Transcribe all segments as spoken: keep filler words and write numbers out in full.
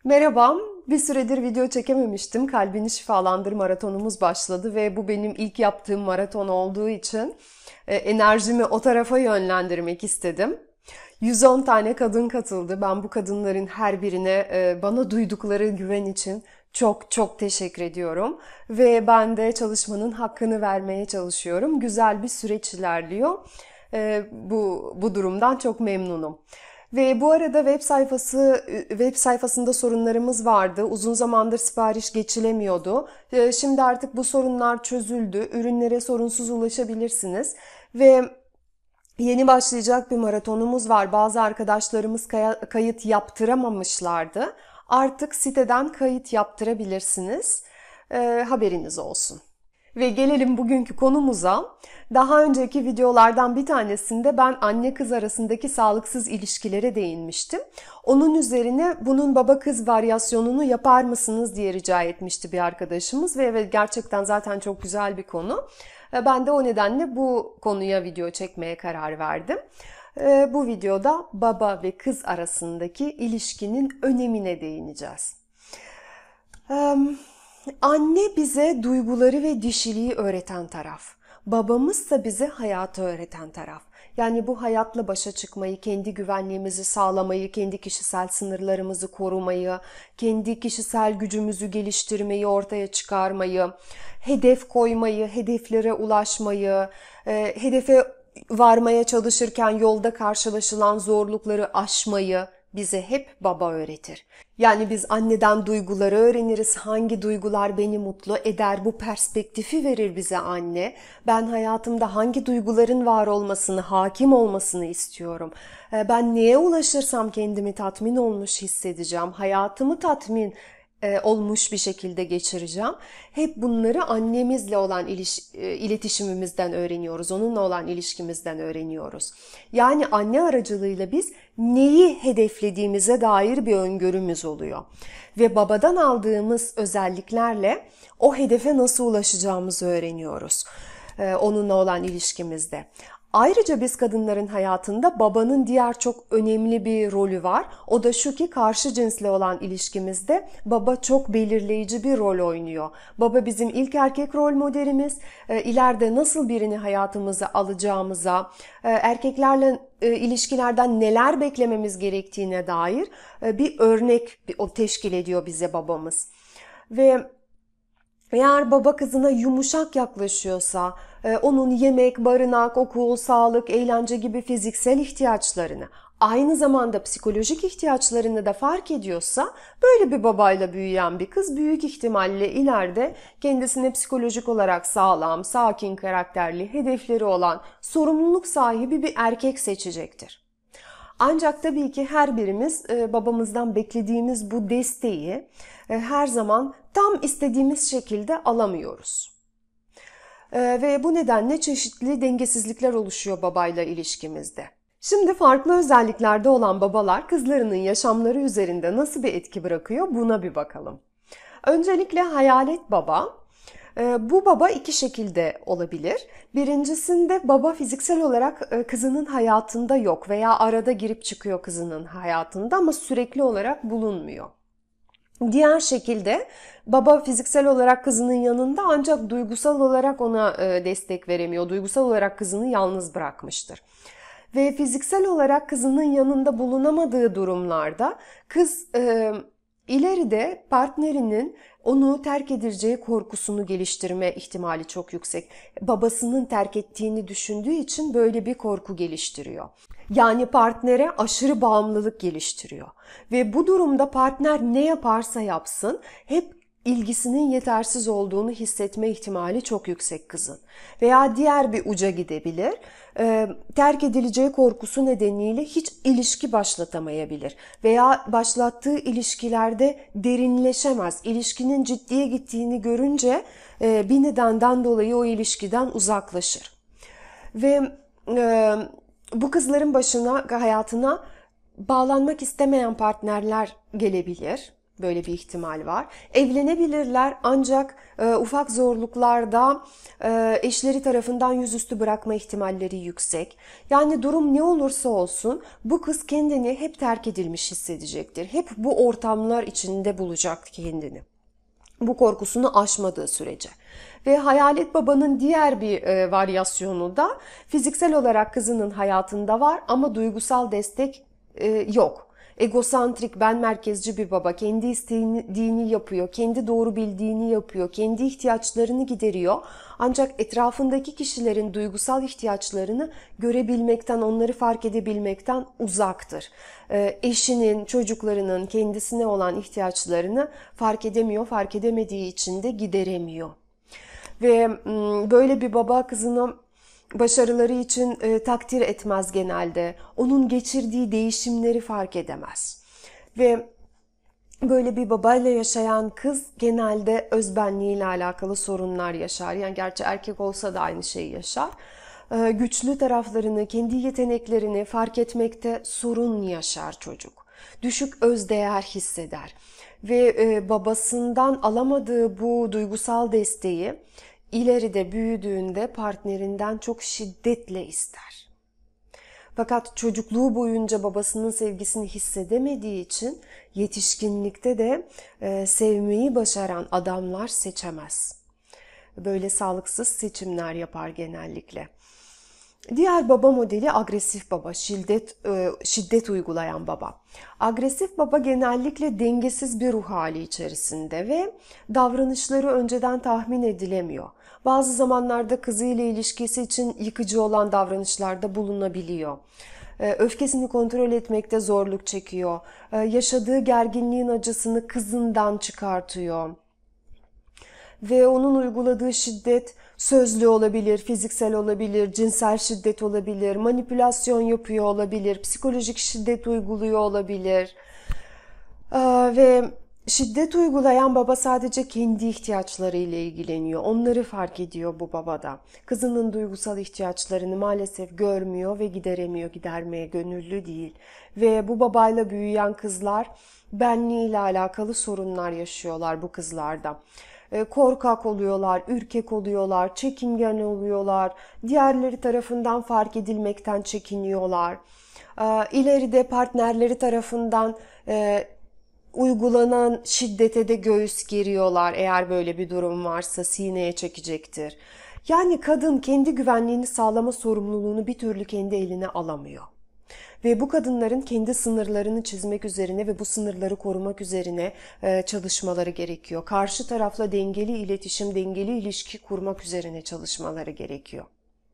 Merhaba, bir süredir video çekememiştim. Kalbini Şifalandır maratonumuz başladı ve bu benim ilk yaptığım maraton olduğu için e, enerjimi o tarafa yönlendirmek istedim. yüz on tane kadın katıldı. Ben bu kadınların her birine e, bana duydukları güven için çok çok teşekkür ediyorum. Ve ben de çalışmanın hakkını vermeye çalışıyorum. Güzel bir süreç ilerliyor. E, bu, bu durumdan çok memnunum. Ve bu arada web sayfası web sayfasında sorunlarımız vardı. Uzun zamandır sipariş geçilemiyordu. Ee, Şimdi artık bu sorunlar çözüldü. Ürünlere sorunsuz ulaşabilirsiniz. Ve yeni başlayacak bir maratonumuz var. Bazı arkadaşlarımız kayıt yaptıramamışlardı. Artık siteden kayıt yaptırabilirsiniz. Ee, haberiniz olsun. Ve gelelim bugünkü konumuza. Daha önceki videolardan bir tanesinde ben anne kız arasındaki sağlıksız ilişkilere değinmiştim. Onun üzerine bunun baba kız varyasyonunu yapar mısınız diye rica etmişti bir arkadaşımız ve evet gerçekten zaten çok güzel bir konu. Ben de o nedenle bu konuya video çekmeye karar verdim. Bu videoda baba ve kız arasındaki ilişkinin önemine değineceğiz. Anne bize duyguları ve dişiliği öğreten taraf. Babamızsa bize hayatı öğreten taraf. Yani bu hayatla başa çıkmayı, kendi güvenliğimizi sağlamayı, kendi kişisel sınırlarımızı korumayı, kendi kişisel gücümüzü geliştirmeyi, ortaya çıkarmayı, hedef koymayı, hedeflere ulaşmayı, hedefe varmaya çalışırken yolda karşılaşılan zorlukları aşmayı bize hep baba öğretir. Yani biz anneden duyguları öğreniriz. Hangi duygular beni mutlu eder? Bu perspektifi verir bize anne. Ben hayatımda hangi duyguların var olmasını, hakim olmasını istiyorum. Ben neye ulaşırsam kendimi tatmin olmuş hissedeceğim. Hayatımı tatmin olmuş bir şekilde geçireceğim. Hep bunları annemizle olan iliş, iletişimimizden öğreniyoruz. Onunla olan ilişkimizden öğreniyoruz. Yani anne aracılığıyla biz neyi hedeflediğimize dair bir öngörümüz oluyor. Ve babadan aldığımız özelliklerle o hedefe nasıl ulaşacağımızı öğreniyoruz. Onunla olan ilişkimizde. Ayrıca biz kadınların hayatında babanın diğer çok önemli bir rolü var. O da şu ki karşı cinsle olan ilişkimizde baba çok belirleyici bir rol oynuyor. Baba bizim ilk erkek rol modelimiz. E, ileride nasıl birini hayatımıza alacağımıza, e, erkeklerle e, ilişkilerden neler beklememiz gerektiğine dair e, bir örnek o teşkil ediyor bize babamız. Ve eğer baba kızına yumuşak yaklaşıyorsa, onun yemek, barınak, okul, sağlık, eğlence gibi fiziksel ihtiyaçlarını, aynı zamanda psikolojik ihtiyaçlarını da fark ediyorsa, böyle bir babayla büyüyen bir kız büyük ihtimalle ileride kendisine psikolojik olarak sağlam, sakin karakterli, hedefleri olan, sorumluluk sahibi bir erkek seçecektir. Ancak tabii ki her birimiz babamızdan beklediğimiz bu desteği her zaman tam istediğimiz şekilde alamıyoruz. Ve bu nedenle çeşitli dengesizlikler oluşuyor babayla ilişkimizde. Şimdi farklı özelliklerde olan babalar kızlarının yaşamları üzerinde nasıl bir etki bırakıyor buna bir bakalım. Öncelikle hayalet baba. Bu baba iki şekilde olabilir. Birincisinde baba fiziksel olarak kızının hayatında yok veya arada girip çıkıyor kızının hayatında ama sürekli olarak bulunmuyor. Diğer şekilde baba fiziksel olarak kızının yanında ancak duygusal olarak ona destek veremiyor. Duygusal olarak kızını yalnız bırakmıştır. Ve fiziksel olarak kızının yanında bulunamadığı durumlarda kız e, ileride partnerinin onu terk edeceği korkusunu geliştirme ihtimali çok yüksek. Babasının terk ettiğini düşündüğü için böyle bir korku geliştiriyor. Yani partnere aşırı bağımlılık geliştiriyor. Ve bu durumda partner ne yaparsa yapsın hep ilgisinin yetersiz olduğunu hissetme ihtimali çok yüksek kızın. Veya diğer bir uca gidebilir. E, terk edileceği korkusu nedeniyle hiç ilişki başlatamayabilir. Veya başlattığı ilişkilerde derinleşemez. İlişkinin ciddiye gittiğini görünce e, bir nedenden dolayı o ilişkiden uzaklaşır. Ve e, bu kızların başına, hayatına bağlanmak istemeyen partnerler gelebilir. Böyle bir ihtimal var. Evlenebilirler ancak e, ufak zorluklarda e, eşleri tarafından yüzüstü bırakma ihtimalleri yüksek. Yani durum ne olursa olsun bu kız kendini hep terk edilmiş hissedecektir. Hep bu ortamlar içinde bulacak kendini. Bu korkusunu aşmadığı sürece. Ve hayalet babanın diğer bir e, varyasyonu da fiziksel olarak kızının hayatında var ama duygusal destek e, yok. Egosantrik, ben merkezci bir baba, kendi istediğini yapıyor, kendi doğru bildiğini yapıyor, kendi ihtiyaçlarını gideriyor. Ancak etrafındaki kişilerin duygusal ihtiyaçlarını görebilmekten, onları fark edebilmekten uzaktır. Ee, eşinin, çocuklarının kendisine olan ihtiyaçlarını fark edemiyor, fark edemediği için de gideremiyor. Ve böyle bir baba kızını başarıları için e, takdir etmez genelde. Onun geçirdiği değişimleri fark edemez. Ve böyle bir babayla yaşayan kız genelde özbenliğiyle alakalı sorunlar yaşar. Yani gerçi erkek olsa da aynı şeyi yaşar. E, güçlü taraflarını, kendi yeteneklerini fark etmekte sorun yaşar çocuk. Düşük özdeğer hisseder. Ve e, babasından alamadığı bu duygusal desteği İleride büyüdüğünde partnerinden çok şiddetle ister. Fakat çocukluğu boyunca babasının sevgisini hissedemediği için yetişkinlikte de e, sevmeyi başaran adamlar seçemez. Böyle sağlıksız seçimler yapar genellikle. Diğer baba modeli agresif baba, şiddet e, şiddet uygulayan baba. Agresif baba genellikle dengesiz bir ruh hali içerisinde ve davranışları önceden tahmin edilemiyor. Bazı zamanlarda kızıyla ilişkisi için yıkıcı olan davranışlarda bulunabiliyor. Öfkesini kontrol etmekte zorluk çekiyor. Yaşadığı gerginliğin acısını kızından çıkartıyor. Ve onun uyguladığı şiddet sözlü olabilir, fiziksel olabilir, cinsel şiddet olabilir, manipülasyon yapıyor olabilir, psikolojik şiddet uyguluyor olabilir. Ve şiddet uygulayan baba sadece kendi ihtiyaçlarıyla ilgileniyor. Onları fark ediyor bu baba da. Kızının duygusal ihtiyaçlarını maalesef görmüyor ve gideremiyor, gidermeye gönüllü değil. Ve bu babayla büyüyen kızlar benliğiyle alakalı sorunlar yaşıyorlar bu kızlarda. Korkak oluyorlar, ürkek oluyorlar, çekingen oluyorlar, diğerleri tarafından fark edilmekten çekiniyorlar. İleride partnerleri tarafından uygulanan şiddete de göğüs geriyorlar. Eğer böyle bir durum varsa sineye çekecektir. Yani kadın kendi güvenliğini sağlama sorumluluğunu bir türlü kendi eline alamıyor. Ve bu kadınların kendi sınırlarını çizmek üzerine ve bu sınırları korumak üzerine çalışmaları gerekiyor. Karşı tarafla dengeli iletişim, dengeli ilişki kurmak üzerine çalışmaları gerekiyor.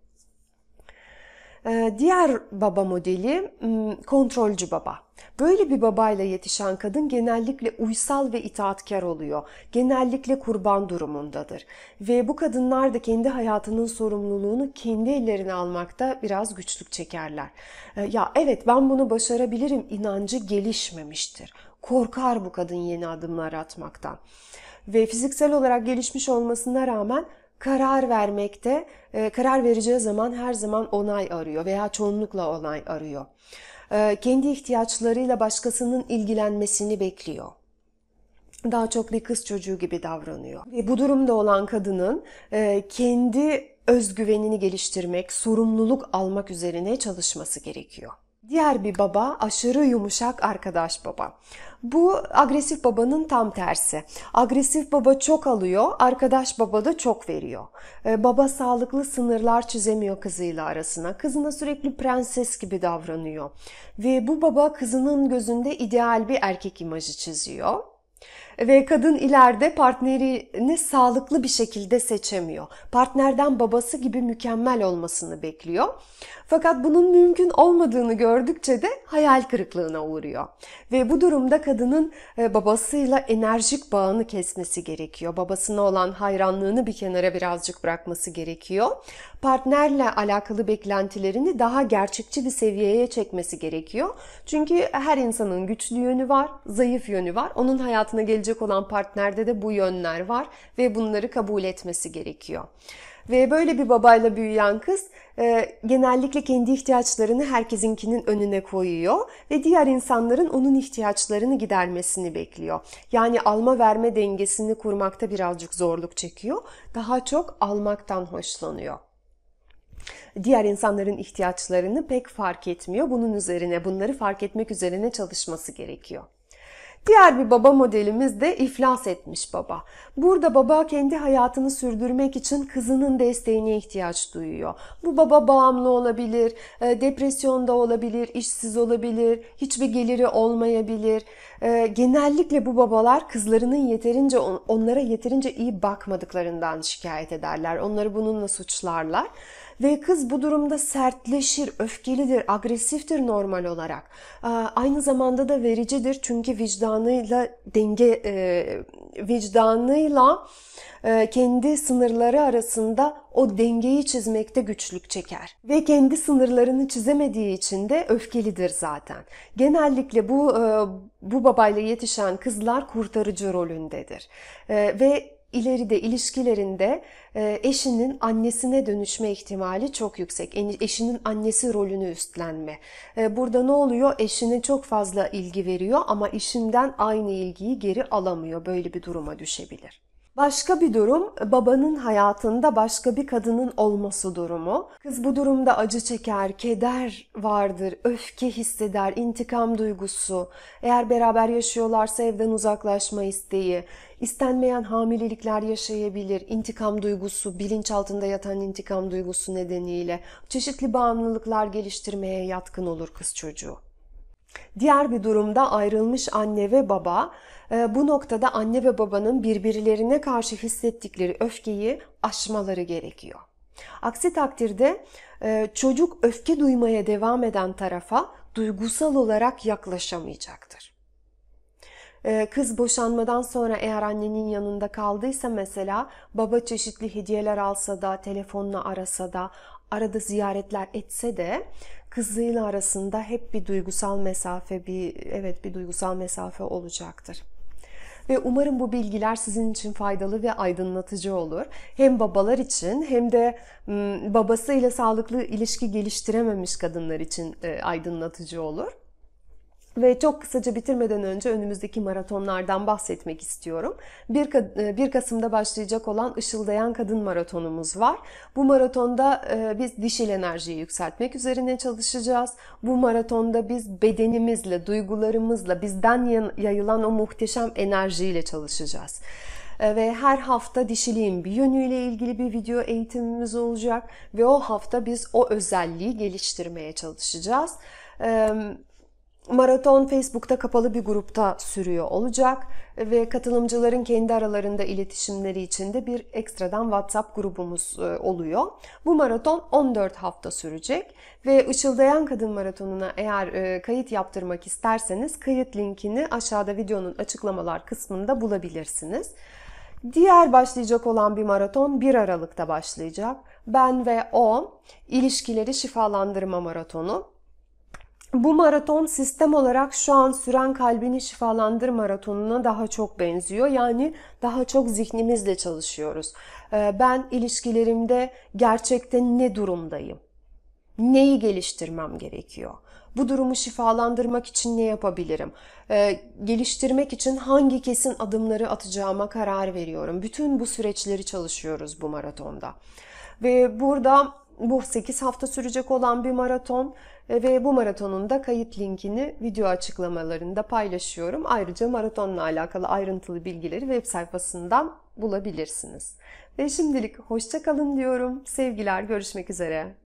Diğer baba modeli kontrolcü baba. Böyle bir babayla yetişen kadın genellikle uysal ve itaatkar oluyor. Genellikle kurban durumundadır. Ve bu kadınlar da kendi hayatının sorumluluğunu kendi ellerine almakta biraz güçlük çekerler. Ya evet, ben bunu başarabilirim inancı gelişmemiştir. Korkar bu kadın yeni adımlar atmaktan. Ve fiziksel olarak gelişmiş olmasına rağmen karar vermekte, karar vereceği zaman her zaman onay arıyor veya çoğunlukla onay arıyor. Kendi ihtiyaçlarıyla başkasının ilgilenmesini bekliyor. Daha çok bir kız çocuğu gibi davranıyor. Ve bu durumda olan kadının kendi özgüvenini geliştirmek, sorumluluk almak üzerine çalışması gerekiyor. Diğer bir baba aşırı yumuşak arkadaş baba. Bu agresif babanın tam tersi. Agresif baba çok alıyor, arkadaş baba da çok veriyor. Ee, baba sağlıklı sınırlar çizemiyor kızıyla arasına. Kızına sürekli prenses gibi davranıyor. Ve bu baba kızının gözünde ideal bir erkek imajı çiziyor. Ve kadın ileride partnerini sağlıklı bir şekilde seçemiyor. Partnerden babası gibi mükemmel olmasını bekliyor. Fakat bunun mümkün olmadığını gördükçe de hayal kırıklığına uğruyor. Ve bu durumda kadının babasıyla enerjik bağını kesmesi gerekiyor. Babasına olan hayranlığını bir kenara birazcık bırakması gerekiyor. Partnerle alakalı beklentilerini daha gerçekçi bir seviyeye çekmesi gerekiyor. Çünkü her insanın güçlü yönü var, zayıf yönü var. Onun hayatına gelecek gelecek olan partnerde de bu yönler var ve bunları kabul etmesi gerekiyor. Ve böyle bir babayla büyüyen kız e, genellikle kendi ihtiyaçlarını herkesinkinin önüne koyuyor ve diğer insanların onun ihtiyaçlarını gidermesini bekliyor. Yani alma verme dengesini kurmakta birazcık zorluk çekiyor. Daha çok almaktan hoşlanıyor. Diğer insanların ihtiyaçlarını pek fark etmiyor. Bunun üzerine, bunları fark etmek üzerine çalışması gerekiyor. Diğer bir baba modelimiz de iflas etmiş baba. Burada baba kendi hayatını sürdürmek için kızının desteğine ihtiyaç duyuyor. Bu baba bağımlı olabilir, depresyonda olabilir, işsiz olabilir, hiçbir geliri olmayabilir. Genellikle bu babalar kızlarının yeterince onlara yeterince iyi bakmadıklarından şikayet ederler. Onları bununla suçlarlar. Ve kız bu durumda sertleşir, öfkelidir, agresiftir normal olarak. Aynı zamanda da vericidir çünkü vicdanıyla denge, vicdanıyla kendi sınırları arasında o dengeyi çizmekte güçlük çeker. Ve kendi sınırlarını çizemediği için de öfkelidir zaten. Genellikle bu bu babayla yetişen kızlar kurtarıcı rolündedir. Ve İleride ilişkilerinde eşinin annesine dönüşme ihtimali çok yüksek. Eşinin annesi rolünü üstlenme. Burada ne oluyor? Eşine çok fazla ilgi veriyor ama eşinden aynı ilgiyi geri alamıyor. Böyle bir duruma düşebilir. Başka bir durum, babanın hayatında başka bir kadının olması durumu. Kız bu durumda acı çeker, keder vardır, öfke hisseder, intikam duygusu. Eğer beraber yaşıyorlarsa evden uzaklaşma isteği, istenmeyen hamilelikler yaşayabilir, intikam duygusu, bilinçaltında yatan intikam duygusu nedeniyle çeşitli bağımlılıklar geliştirmeye yatkın olur kız çocuğu. Diğer bir durumda ayrılmış anne ve baba, bu noktada anne ve babanın birbirlerine karşı hissettikleri öfkeyi aşmaları gerekiyor. Aksi takdirde çocuk öfke duymaya devam eden tarafa duygusal olarak yaklaşamayacaktır. Kız boşanmadan sonra eğer annenin yanında kaldıysa mesela baba çeşitli hediyeler alsa da, telefonla arasa da, arada ziyaretler etse de kızıyla arasında hep bir duygusal mesafe, bir evet bir duygusal mesafe olacaktır. Ve umarım bu bilgiler sizin için faydalı ve aydınlatıcı olur. Hem babalar için hem de babasıyla sağlıklı ilişki geliştirememiş kadınlar için aydınlatıcı olur. Ve çok kısaca bitirmeden önce önümüzdeki maratonlardan bahsetmek istiyorum. bir Kasım'da başlayacak olan Işıldayan Kadın Maratonumuz var. Bu maratonda biz dişil enerjiyi yükseltmek üzerine çalışacağız. Bu maratonda biz bedenimizle, duygularımızla, bizden yayılan o muhteşem enerjiyle çalışacağız. Ve her hafta dişiliğin bir yönüyle ilgili bir video eğitimimiz olacak. Ve o hafta biz o özelliği geliştirmeye çalışacağız. Maraton Facebook'ta kapalı bir grupta sürüyor olacak ve katılımcıların kendi aralarında iletişimleri için de bir ekstradan WhatsApp grubumuz oluyor. Bu maraton on dört hafta sürecek ve Işıldayan Kadın Maratonu'na eğer kayıt yaptırmak isterseniz kayıt linkini aşağıda videonun açıklamalar kısmında bulabilirsiniz. Diğer başlayacak olan bir maraton bir Aralık'ta başlayacak. Ben ve o ilişkileri şifalandırma maratonu. Bu maraton sistem olarak şu an süren Kalbini Şifalandır maratonuna daha çok benziyor. Yani daha çok zihnimizle çalışıyoruz. Ben ilişkilerimde gerçekten ne durumdayım? Neyi geliştirmem gerekiyor? Bu durumu şifalandırmak için ne yapabilirim? Ee, geliştirmek için hangi kesin adımları atacağıma karar veriyorum. Bütün bu süreçleri çalışıyoruz bu maratonda. Ve burada bu sekiz hafta sürecek olan bir maraton ve bu maratonun da kayıt linkini video açıklamalarında paylaşıyorum. Ayrıca maratonla alakalı ayrıntılı bilgileri web sayfasından bulabilirsiniz. Ve şimdilik hoşça kalın diyorum. Sevgiler, görüşmek üzere.